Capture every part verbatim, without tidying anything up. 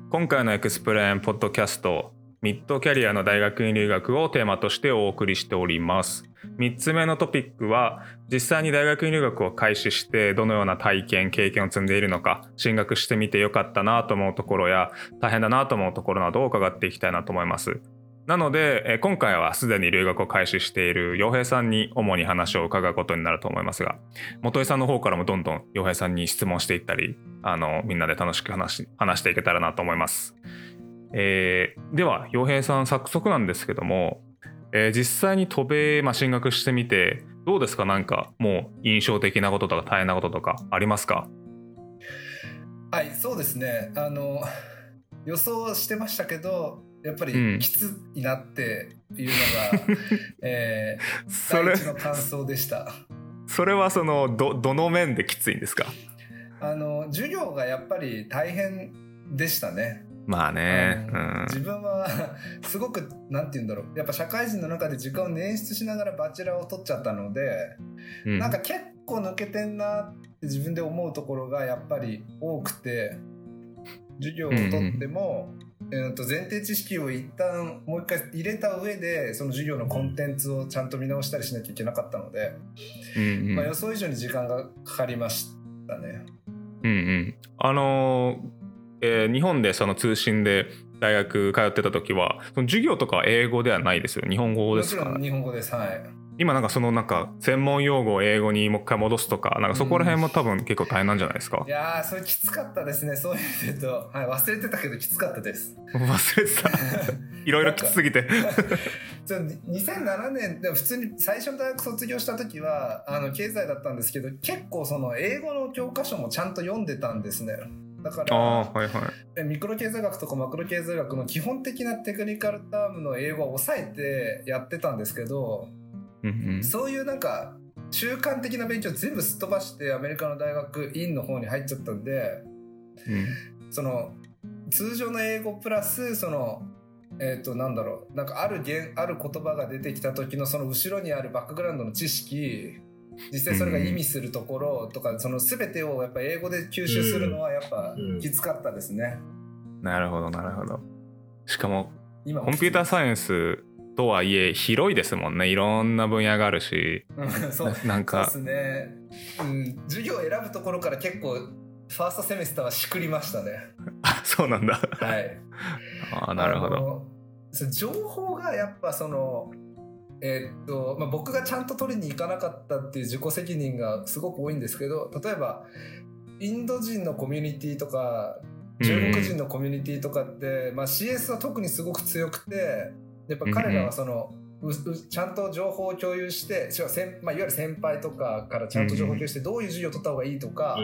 今回のエクスプレーンポッドキャスト、ミッドキャリアの大学院留学をテーマとしてお送りしております。みっつめのトピックは、実際に大学院留学を開始してどのような体験経験を積んでいるのか、進学してみてよかったなと思うところや大変だなと思うところなどを伺っていきたいなと思います。なので今回はすでに留学を開始している陽平さんに主に話を伺うことになると思いますが、元井さんの方からもどんどん陽平さんに質問していったり、あのみんなで楽しく話し、話していけたらなと思います。えー、では陽平さん、早速なんですけども、えー、実際に渡米、まあ、進学してみてどうですか？なんかもう印象的なこととか大変なこととかありますか？ はい、そうですね、あの予想してましたけどやっぱりきついなっていうのが、うんえー、第一の感想でした。 それはその ど, どの面できついんですか？ あの授業がやっぱり大変でしたね。 まあね、 あうん、 自分はすごくなんて言うんだろう、やっぱ社会人の中で時間を捻出しながらバチェラーを取っちゃったので、うん、なんか結構抜けてんなって自分で思うところがやっぱり多くて、授業を取っても、うんうん、えー、と前提知識を一旦もう一回入れた上でその授業のコンテンツをちゃんと見直したりしなきゃいけなかったので、うんうん、まあ、予想以上に時間がかかりましたね。 うんうん、あのーえー、日本でその通信で大学通ってた時はその授業とかは英語ではないですよ。日本語ですか？ もちろん日本語です。はい。 今なんかそのなんか専門用語を英語にもう一回戻すとか、なんかそこら辺も多分結構大変なんじゃないですか？ うん、いやーそれきつかったですね。そういう意味で言うと、はい、忘れてたけどきつかったです。 忘れてたいろいろきつすぎてにせんななねんでも普通に最初の大学卒業した時はあの経済だったんですけど、結構その英語の教科書もちゃんと読んでたんですね。だから、 はいはい、 ミクロ経済学とかマクロ経済学の基本的なテクニカルタームの英語は抑えてやってたんですけど、うんうん、そういうなんか中間的な勉強全部すっ飛ばしてアメリカの大学院の方に入っちゃったんで、うん、その通常の英語プラスそのえー、となんだろうなんかある言ある言葉が出てきた時のその後ろにあるバックグラウンドの知識、実際それが意味するところとか、うん、その全てをやっぱ英語で吸収するのはやっぱきつかったですね。 うん、なるほどなるほど。しかも今コンピューターサイエンスとはいえ広いですもんね。いろんな分野があるしそうなんかそうですね、うん、授業を選ぶところから結構ファーストセメスターはしくりましたね。 あ、そうなんだ。 はい。 あ、なるほど。 情報がやっぱそのえーっとまあ、僕がちゃんと取りに行かなかったっていう自己責任がすごく多いんですけど、例えばインド人のコミュニティとか中国人のコミュニティとかって、うんまあ、シーエス は特にすごく強くて、やっぱ彼らはその、うん、ちゃんと情報を共有して、まあ、いわゆる先輩とかからちゃんと情報を共有してどういう授業を取った方がいいとか、うん、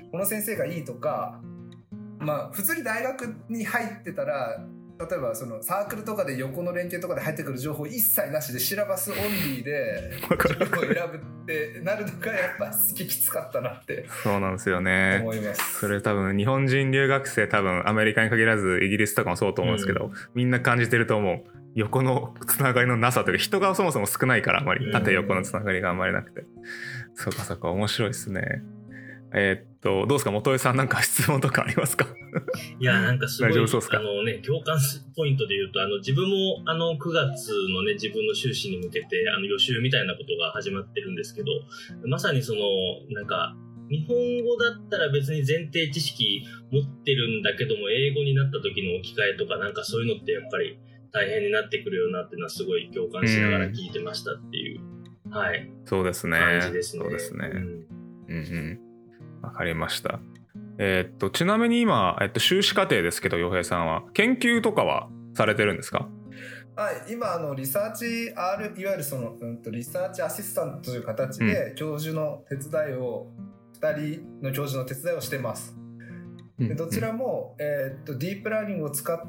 この先生がいいとか、まあ、普通に大学に入ってたら例えばそのサークルとかで横の連携とかで入ってくる情報一切なしでシラバスオンリーで授業を選ぶってなるのがやっぱ好ききつかったなってそうなんですよね。 思います。 それ多分日本人留学生多分アメリカに限らずイギリスとかもそうと思うんですけど、うん、みんな感じてると思う。横のつながりのなさというか人がそもそも少ないからあまり縦横のつながりがあんまりなくて、うん、そうかそうか面白いですね。えー、っとどうですか元井さん、なんか質問とかありますか？ いやなんかすごい大丈夫そうですか？ あのね共感ポイントで言うと、あの自分もあのくがつのね自分の修士に向けてあの予習みたいなことが始まってるんですけど、まさにそのなんか日本語だったら別に前提知識持ってるんだけども英語になった時の置き換えとかなんかそういうのってやっぱり大変になってくるよなっていうのはすごい共感しながら聞いてましたっていう、うん、はいそうですね感じですね。 そうですね、うん、うんうんわかりました。えー、っとちなみに今、えっと、修士課程ですけど陽平さんは研究とかはされてるんですか？ はい、今あのリサーチ R いわゆるその、うん、とリサーチアシスタントという形で教授の手伝いを、うん、ふたりの教授の手伝いをしてます。でどちらも、えー、っとディープラーニングを使って、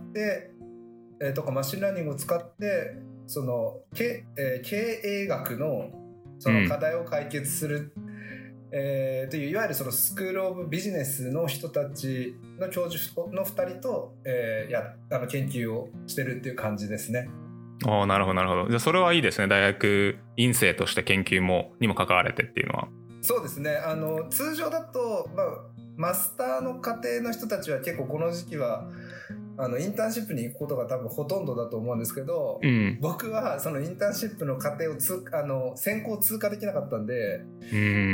えー、とかマシンラーニングを使ってその、けえー、経営学のその課題を解決する、うんえー、といういわゆるそのスクールオブビジネスの人たちの教授のふたりと、えー、やあの研究をしてるっていう感じですね。 ああなるほどなるほど。じゃあそれはいいですね。大学院生として研究もにも関われてっていうのは。 そうですね。あの通常だと、まあマスターの家庭の人たちは結構この時期はあのインターンシップに行くことが多分ほとんどだと思うんですけど、 うん、 僕はそのインターンシップの過程をつあの専攻通過できなかったんで、 うん、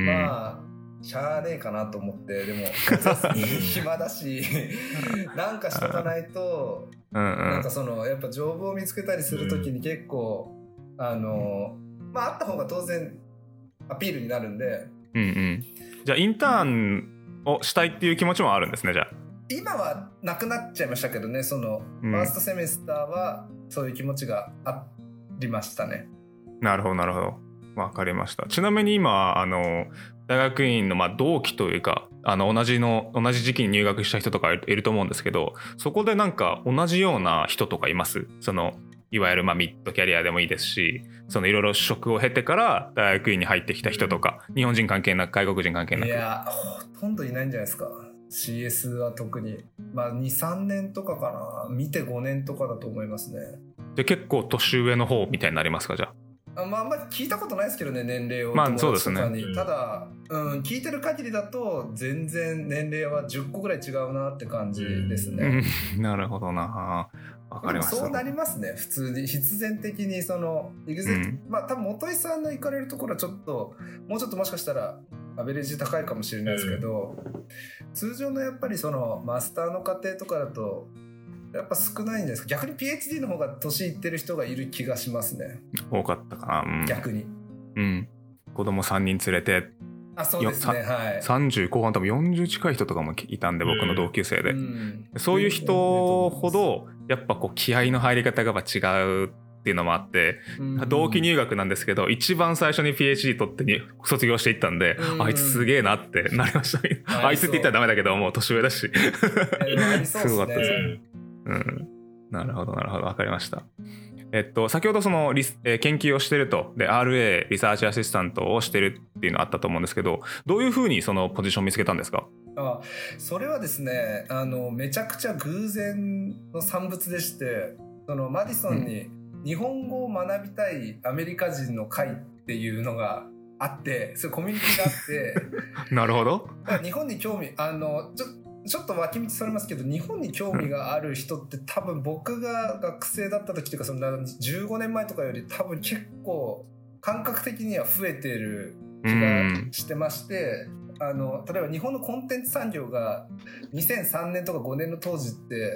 まあしゃあねえかなと思って、でも暇だしなんかしとかないと、うんうん、なんかそのやっぱジョブを見つけたりするときに結構、うん、あのまああった方が当然アピールになるんで、 うんうん、じゃあインターンをしたいっていう気持ちもあるんですね。じゃあ今はなくなっちゃいましたけどね、そのファーストセメスターはそういう気持ちがありましたね。 なるほどなるほど、わかりました。ちなみに今あの大学院のまあ同期というかあの同じの同じ時期に入学した人とかいると思うんですけど、そこでなんか同じような人とかいます？そのいわゆるまあミッドキャリアでもいいですし、そのいろいろ職を経てから大学院に入ってきた人とか、日本人関係なく外国人関係なく。 いやほとんどいないんじゃないですか。 シーエス は特にまあ にさんねんとかかな、見てごねんとかだと思いますね。 で結構年上の方みたいになりますか？じゃああ、まあ、あんまり聞いたことないですけどね、年齢を。 まあそうですね。 ただ、うん、聞いてる限りだと全然年齢はじゅっこぐらい違うなって感じですね。 うん、なるほどな、わかりました。 そうなりますね、普通に必然的にそのエグゼ、うん、まあ多分元井さんの行かれるところはちょっともうちょっともしかしたらアベレージ高いかもしれないですけど、うん、通常のやっぱりそのマスターの過程とかだとやっぱ少ないんです。逆に ピーエイチディー の方が年いってる人がいる気がしますね。 多かったかな、うん、 逆に。 うん、子供さんにん連れて、 あ、そうですね、はい、 さんじゅう後半多分よんじゅう近い人とかもいたんで、僕の同級生で、うん、そういう人ほどやっぱこう気合の入り方が違うっていうのもあって、うん、同期入学なんですけど一番最初に ピーエイチディー 取ってに卒業していったんで、うん、あいつすげえなってなりましたね。あいつって言ったらダメだけどもう年上だしすごかったですね、うん、なるほどなるほど、分かりました。えっと、先ほどそのリス、えー、研究をしてるとで アールエー リサーチアシスタントをしてるっていうのあったと思うんですけど、どういうふうにそのポジションを見つけたんですか？ あ、それはですね、あのめちゃくちゃ偶然の産物でして、そのマディソンに日本語を学びたいアメリカ人の会っていうのがあって、そういうコミュニティがあってなるほど。 日本に興味あのちょちょっと脇道それますけど、日本に興味がある人って多分僕が学生だった時というかそのじゅうごねんまえとかより多分結構感覚的には増えてる気がしてまして、あの例えば日本のコンテンツ産業がにせんさんねんとかごねんの当時って、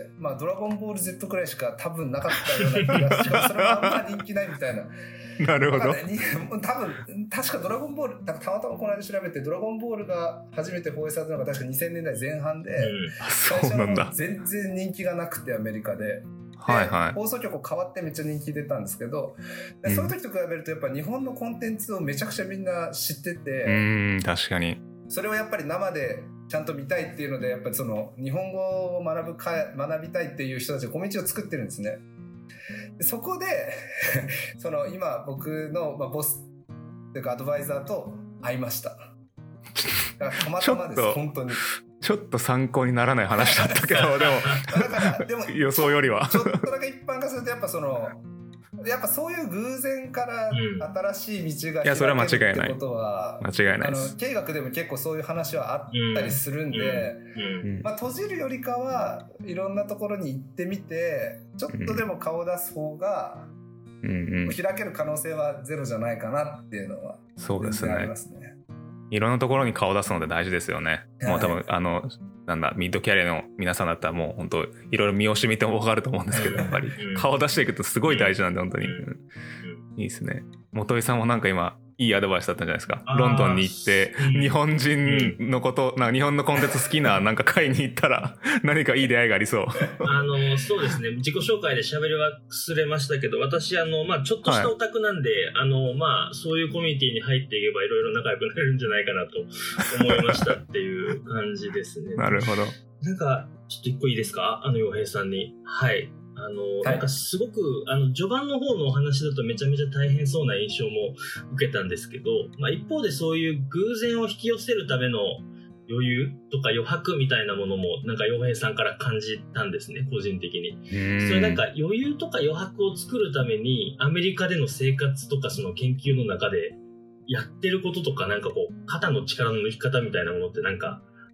まあ、ドラゴンボール Z くらいしか多分なかったような気がしかもそれはあんまり人気ないみたいななるほど、 多分確かドラゴンボールたまたまこの間調べてドラゴンボールが初めて放映されたのが確かにせんねんだいぜん半で、うん、最初は全然人気がなくてアメリカで、はいはい、放送局変わってめっちゃ人気出たんですけど、うん、その時と比べるとやっぱ日本のコンテンツをめちゃくちゃみんな知ってて、 うん、確かにそれをやっぱり生でちゃんと見たいっていうので、やっぱりその日本語を学ぶか学びたいっていう人たちがコミュニティを作ってるんですね。でそこでその今僕の、まあ、ボスというかアドバイザーと会いました。だからたまたまです本当に。 ちょっと参考にならない話だったけどでもだからでも予想よりはちょっとだけ一般化するとやっぱそのやっぱそういう偶然から新しい道が開けるってことは、 間違いないです。 経営学でも結構そういう話はあったりするんで、うんうんまあ、閉じるよりかはいろんなところに行ってみてちょっとでも顔を出す方が開ける可能性はゼロじゃないかなっていうのは全然ありますね。そうですね。 いろんなところに顔を出すので大事ですよね、はい、もう多分あのなんだミッドキャリアの皆さんだったらもう本当いろいろ見惜しみても分かると思うんですけど、やっぱり顔を出していくとすごい大事なんで本当に、うん、いいですね。元井さんもなんか今いいアドバイスだったんじゃないですか。ロンドンに行って日本人のことな日本のコンテンツ好きななんか会に行ったら何かいい出会いがありそう。 あのそうですね、自己紹介で喋りはすれましたけど、私あの、まあ、ちょっとしたオタクなんで、はい、あのまあ、そういうコミュニティに入っていけばいろいろ仲良くなれるんじゃないかなと思いましたっていう感じですね。 なるほど。 なんかちょっと一個いいですか、あの洋平さんに。はいあの、はい、なんかすごくあの序盤の方のお話だとめちゃめちゃ大変そうな印象も受けたんですけど、まあ、一方でそういう偶然を引き寄せるための余裕とか余白みたいなものもなんか洋平さんから感じたんですね、個人的に。それなんか余裕とか余白を作るためにアメリカでの生活とかその研究の中でやってることとか、なんかこう肩の力の抜き方みたいなものってなんか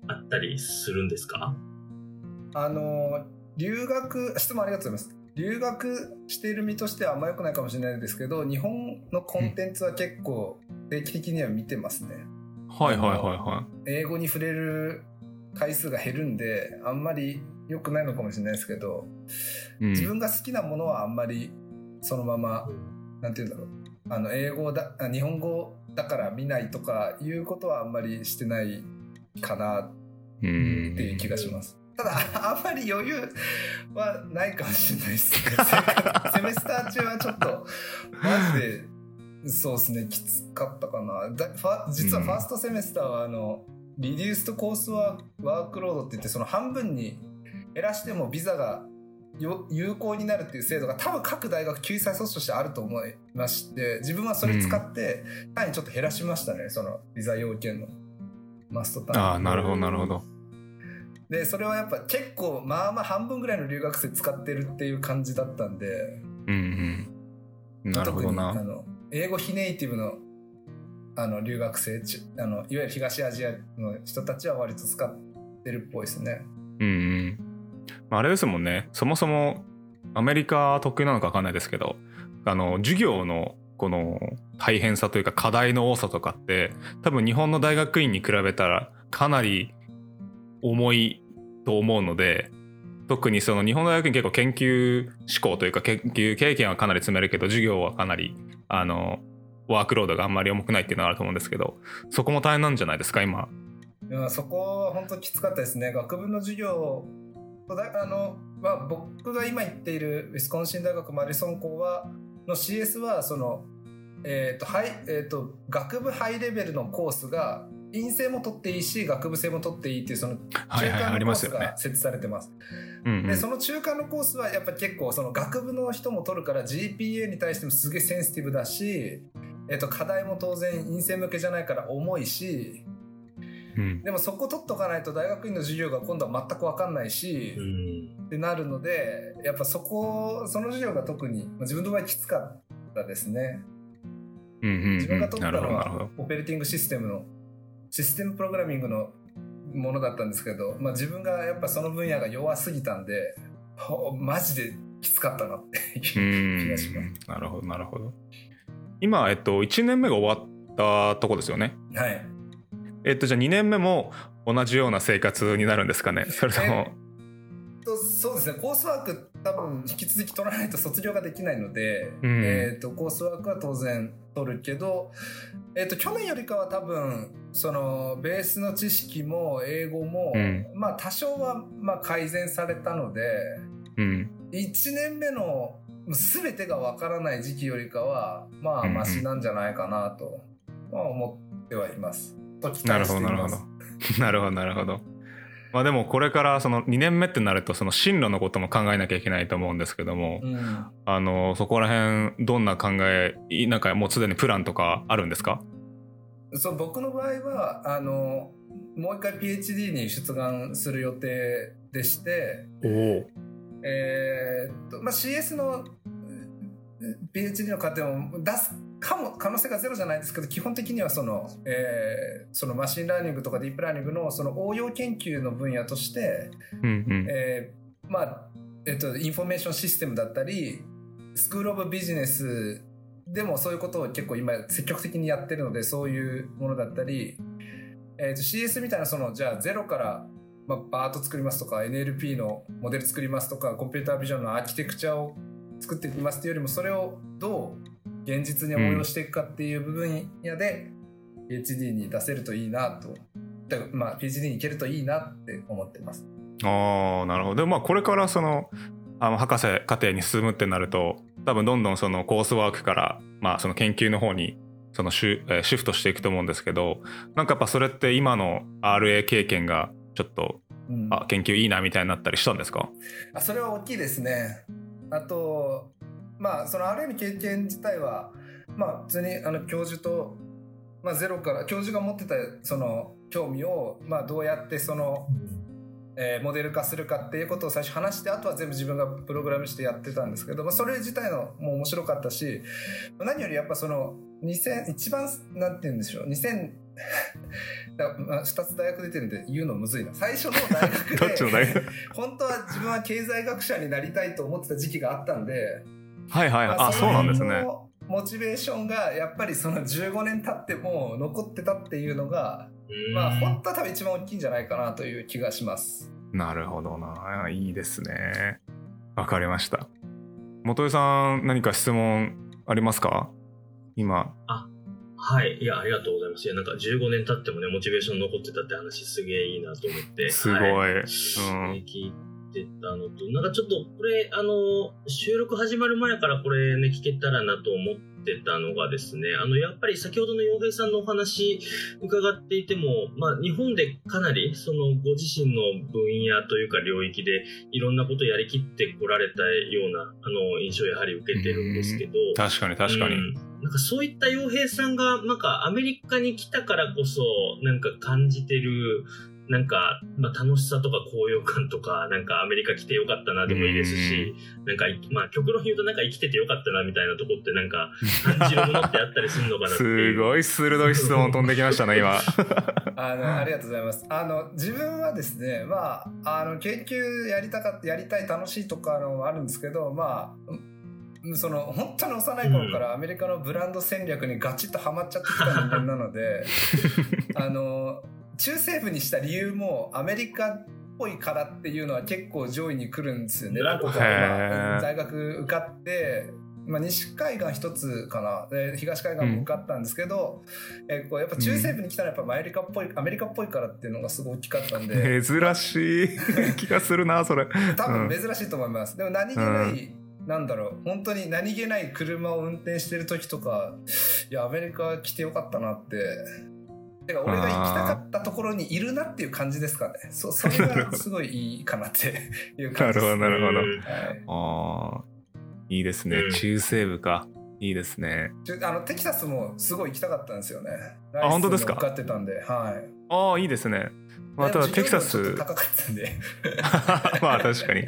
あったりするんですか？ あの留学、質問ありがとうございます。留学している身としてはあんま良くないかもしれないですけど、日本のコンテンツは結構定期的には見てますね。 はいはいはいはい。 英語に触れる回数が減るんであんまり良くないのかもしれないですけど、うん、自分が好きなものはあんまりそのまま、なんていうんだろう、あの英語だ日本語だから見ないとかいうことはあんまりしてないかなっていう気がします。ただあんまり余裕はないかもしれないですね。セメスター中はちょっとマジでそうですね、きつかったかな。だファ実はファーストセメスターはあのリデューストコースワークロードって言って、その半分に減らしてもビザが有効になるっていう制度が多分各大学救済措置としてあると思いまして、自分はそれ使って単位ちょっと減らしましたね、そのビザ要件のマスト単位。 ああ、なるほどなるほど。 でそれはやっぱ結構まあまあ半分ぐらいの留学生使ってるっていう感じだったんで、 うんうん、なるほどな。 特にあの英語非ネイティブのあの留学生、あのいわゆる東アジアの人たちは割と使ってるっぽいですね。 うんうん。あれですもんね、そもそもアメリカ特有なのか分かんないですけど、あの授業のこの大変さというか課題の多さとかって多分日本の大学院に比べたらかなり重いと思うので、特にその日本の大学院結構研究志向というか研究経験はかなり積めるけど、授業はかなりあのワークロードがあんまり重くないっていうのがあると思うんですけど、そこも大変なんじゃないですか今。 いやそこは本当きつかったですね。学部の授業あの、まあ、僕が今行っているウィスコンシン大学マディソン校はの シーエス はその、えーとハイえーと学部ハイレベルのコースが院生も取っていいし学部生も取っていいっていうその中間のコースが設置されてます。でその中間のコースはやっぱ結構その学部の人も取るから ジーピーエー に対してもすげえセンシティブだし、えーと課題も当然院生向けじゃないから重いし、うん、でもそこ取っとかないと大学院の授業が今度は全く分かんないし、うん、ってなるのでやっぱそこその授業が特に自分の場合きつかったですね。 うんうんうん、 自分が取ったのはオペレティングシステムのシステムプログラミングのものだったんですけど、まあ、自分がやっぱその分野が弱すぎたんでマジできつかったなっていう気がします。 なるほどなるほど。今、えっと、いちねんめが終わったとこですよね。 はい。 えっと、じゃあにねんめも同じような生活になるんですかね、それとも。 えっと、そうですね、コースワーク多分引き続き取らないと卒業ができないので、うん、えっと、コースワークは当然取るけど、えっと、去年よりかは多分そのベースの知識も英語も、うん、まあ多少はまあ改善されたので、うん、いちねんめの全てがわからない時期よりかはまあマシなんじゃないかなと、まあ、思ってはいます。と期待しています。 なるほどなるほどなるほどなるほど。まあでもこれからそのにねんめってなるとその進路のことも考えなきゃいけないと思うんですけども、うん、あのそこら辺どんな考えなんかもうすでにプランとかあるんですか？ そう僕の場合はあのもう一回 ピーエイチディー に出願する予定でして、おえーっとまあ、シーエス の ピーエイチディー の過程も出すかも可能性がゼロじゃないですけど、基本的にはその、えー、そのマシンラーニングとかディープラーニングのその応用研究の分野として、うんうんえー、まあえっとインフォメーションシステムだったりスクールオブビジネスでもそういうことを結構今積極的にやってるので、そういうものだったり、えー、と シーエス みたいなそのじゃあゼロから、まあ、バーッと作りますとか エヌエルピー のモデル作りますとかコンピュータービジョンのアーキテクチャを作っていきますっていうよりも、それをどう現実に応用していくかっていう部分野で ピーエイチディー に出せるといいなと、まあ ピーエイチディー に行けるといいなって思ってます。 ああ、なるほど。でもまあこれからそのあの博士課程に進むってなると、多分どんどんそのコースワークからまあその研究の方にそのシュ、えー、シフトしていくと思うんですけど、なんかやっぱそれって今の アールエー 経験がちょっと、うん、あ研究いいなみたいになったりしたんですか？ あそれは大きいですね。あとまあその アールエー の経験自体はまあ普通にあの教授と、まあ、ゼロから教授が持ってたその興味をまあどうやってその、えー、モデル化するかっていうことを最初話して、あとは全部自分がプログラムしてやってたんですけど、まあ、それ自体のもう面白かったし、何よりやっぱそのにせん一番なんて言うんでしょうにせんだまあ、ふたつ大学出てるんで言うのむずいな。最初の大学でどっちの大学本当は自分は経済学者になりたいと思ってた時期があったんで、 はいはいはい、 まあ、 あ、そうなんですね。 モチベーションがやっぱりそのじゅうごねん経っても残ってたっていうのが、まあ本当は多分一番大きいんじゃないかなという気がします。 なるほどな、いいですね。わかりました。元井さん何か質問ありますか今。 あ、はい、いやありがとうございます。いやなんかじゅうごねん経ってもねモチベーション残ってたって話すげえいいなと思ってすごい、 はい、 うん、 聞いてたのと、なんかちょっとこれあの収録始まる前からこれね聞けたらなと思ってたのがですね、あのやっぱり先ほどの洋平さんのお話伺っていても、まあ、日本でかなりそのご自身の分野というか領域でいろんなことをやりきってこられたようなあの印象をやはり受けてるんですけど、 確かに確かに、うん、 なんかそういった洋平さんがなんかアメリカに来たからこそなんか感じてるなんか、まあ、楽しさとか高揚感とかなんかアメリカ来てよかったなでもいいですし、なんか、まあ、極論言うとなんか生きててよかったなみたいなとこってなんか感じるものってあったりするのかなっていうすごい鋭い質問飛んできましたね今あのありがとうございます。あの自分はですね、まあ、あの研究やりたかったやりたい楽しいとかのもあるんですけど、まあその本当に幼い頃からアメリカのブランド戦略にガチッとハマっちゃってきた人間なのであの中西部にした理由もアメリカっぽいからっていうのは結構上位に来るんですよね。何個か今大学受かって、まあ、西海岸一つかなで東海岸も受かったんですけど、うん、えこうやっぱ中西部に来たらやっぱアメリカっぽいアメリカっぽいからっていうのがすごい大きかったんで珍しい気がするなそれ。 多分珍しいと思います、うん、でも何気ない、うん、なんだろう本当に何気ない車を運転してる時とかいやアメリカ来てよかったなっててか俺が行きたかったところにいるなっていう感じですかね。そ, それがすごいいいかなっていう感じです。 なるほどなるほど、 はい、 あいいですね、うん、中西部かいいですね。 あのテキサスもすごい行きたかったんですよね。 あ本当ですか。 受かってたんで、はい、 ああいいですね。まあ、ただテキサス高かったんでまあ確かに、うん、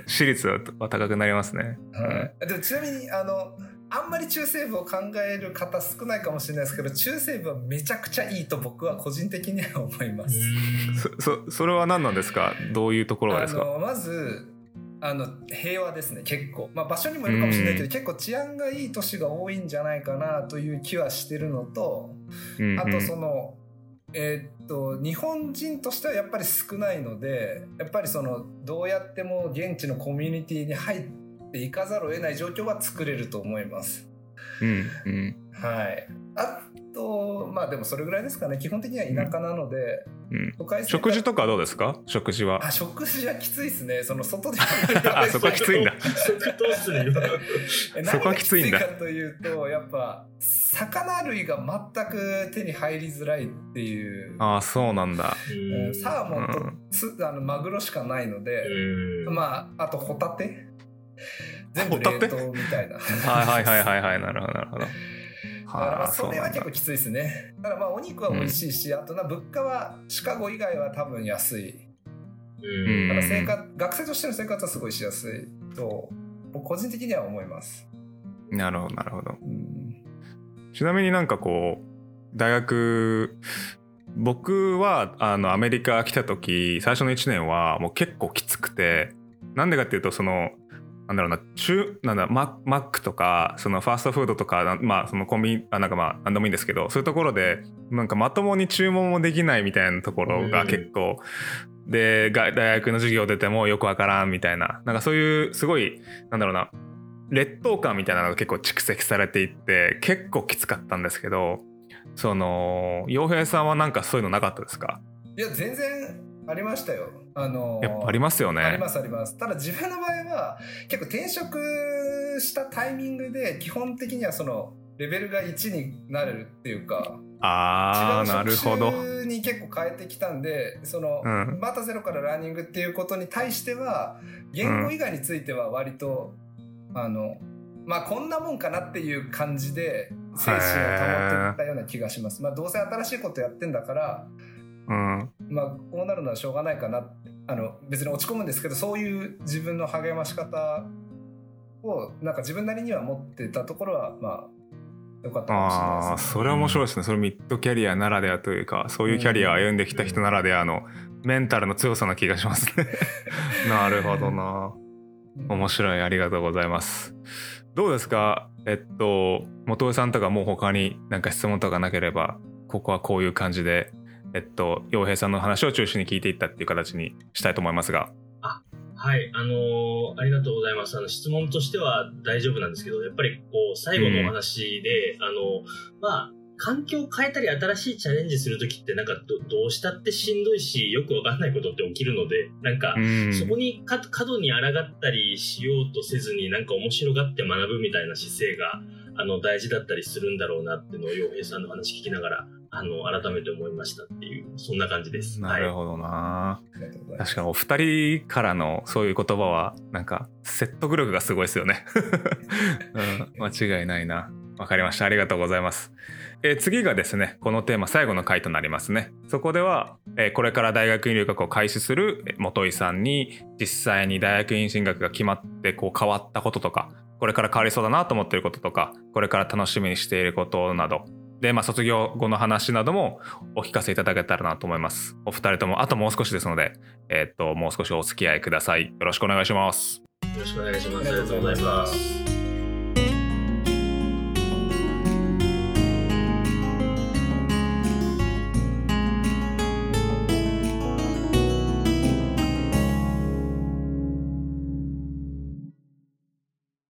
私立は高くなりますね、 はいうん、でもちなみにあのあんまり中西部を考える方少ないかもしれないですけど中西部はめちゃくちゃいいと僕は個人的には思います。 そ, そ, それは何なんですか。どういうところがですか。 あのまずあの平和ですね。結構、まあ、場所にもよるかもしれないけど結構治安がいい都市が多いんじゃないかなという気はしてるのと、うんうん、あとそのえー、っと日本人としてはやっぱり少ないのでやっぱりそのどうやっても現地のコミュニティに入っていかざるを得ない状況は作れると思います。 うんうん、 はい。あとまあでもそれぐらいですかね。基本的には田舎なので、 うん、食事とかどうですか。食事は。 あ食事はきついですね。その外であそこはきついんだ。 食堂っすね。 そこはきついんだ。 何がきついかというとやっぱ魚類が全く手に入りづらいっていう。 ああそうなんだ。 サーモンとつ、うん、あのマグロしかないので、まああとホタテ全部冷凍みたいな。 はいはいはいはいはいなるほどなるほど。 だからまあそれは結構きついですね。だからまあお肉は美味しいし、うん、あとな物価はシカゴ以外は多分安い。うん、だから生活学生としての生活はすごいしやすいと個人的には思います。 なるほどなるほど。うん、ちなみになんかこう大学僕はあのアメリカ来た時最初のいちねんはもう結構きつくて、なんでかっていうとそのなんだろうな中なんだマックとかそのファーストフードとかまあそのコンビニあなんかまあなんでもいいんですけどそういうところでなんかまともに注文もできないみたいなところが結構、うん、で大学の授業出てもよくわからんみたいななんかそういうすごいなんだろうな劣等感みたいなのが結構蓄積されていって結構きつかったんですけど、その洋平さんはなんかそういうのなかったですか。 いや全然ありましたよ。あのやっぱありますよね。 ありますあります。ただ自分の場合は結構転職したタイミングで基本的にはそのレベルがいちになれるっていうか、 あーなるほど。 違う職種に結構変えてきたんで、その、うん、またゼロからランニングっていうことに対しては言語以外については割と、うん、あのまあこんなもんかなっていう感じで精神を保っていったような気がします。まあどうせ新しいことやってんだから。 うん、 まあこうなるのはしょうがないかなって、あの別に落ち込むんですけどそういう自分の励まし方をなんか自分なりには持ってたところはまあよかったかもしれないですね。 ああ、それは面白いですね。それミッドキャリアならではというか、そういうキャリアを歩んできた人ならではのメンタルの強さな気がしますね。なるほどな。面白い、ありがとうございます。どうですか、えっと元尾さんとかもう他に何か質問とかなければ、ここはこういう感じで、えっと陽平さんの話を中心に聞いていったっていう形にしたいと思いますが。 あ、はい、あのー、ありがとうございます。あの質問としては大丈夫なんですけど、やっぱりこう最後のお話で、うん、あのまあ環境を変えたり新しいチャレンジするときってなんか ど, どうしたってしんどいし、よくわかんないことって起きるので、なんかそこにか過度に抗ったりしようとせずに、なんか面白がって学ぶみたいな姿勢があの大事だったりするんだろうなっていうのを陽平さんの話聞きながらあの改めて思いましたっていう、そんな感じです。 なるほどな、 はい、 確かにお二人からのそういう言葉はなんか説得力がすごいですよね、うん、間違いないな。わかりました、ありがとうございます。えー、次がですね、このテーマ最後の回となりますね。そこでは、えー、これから大学院留学を開始する元井さんに実際に大学院進学が決まってこう変わったこととか、これから変わりそうだなと思っていることとか、これから楽しみにしていることなどで、まあ、卒業後の話などもお聞かせいただけたらなと思います。お二人ともあともう少しですので、えー、っともう少しお付き合いください。よろしくお願いします。 よろしくお願いします。ありがとうございます。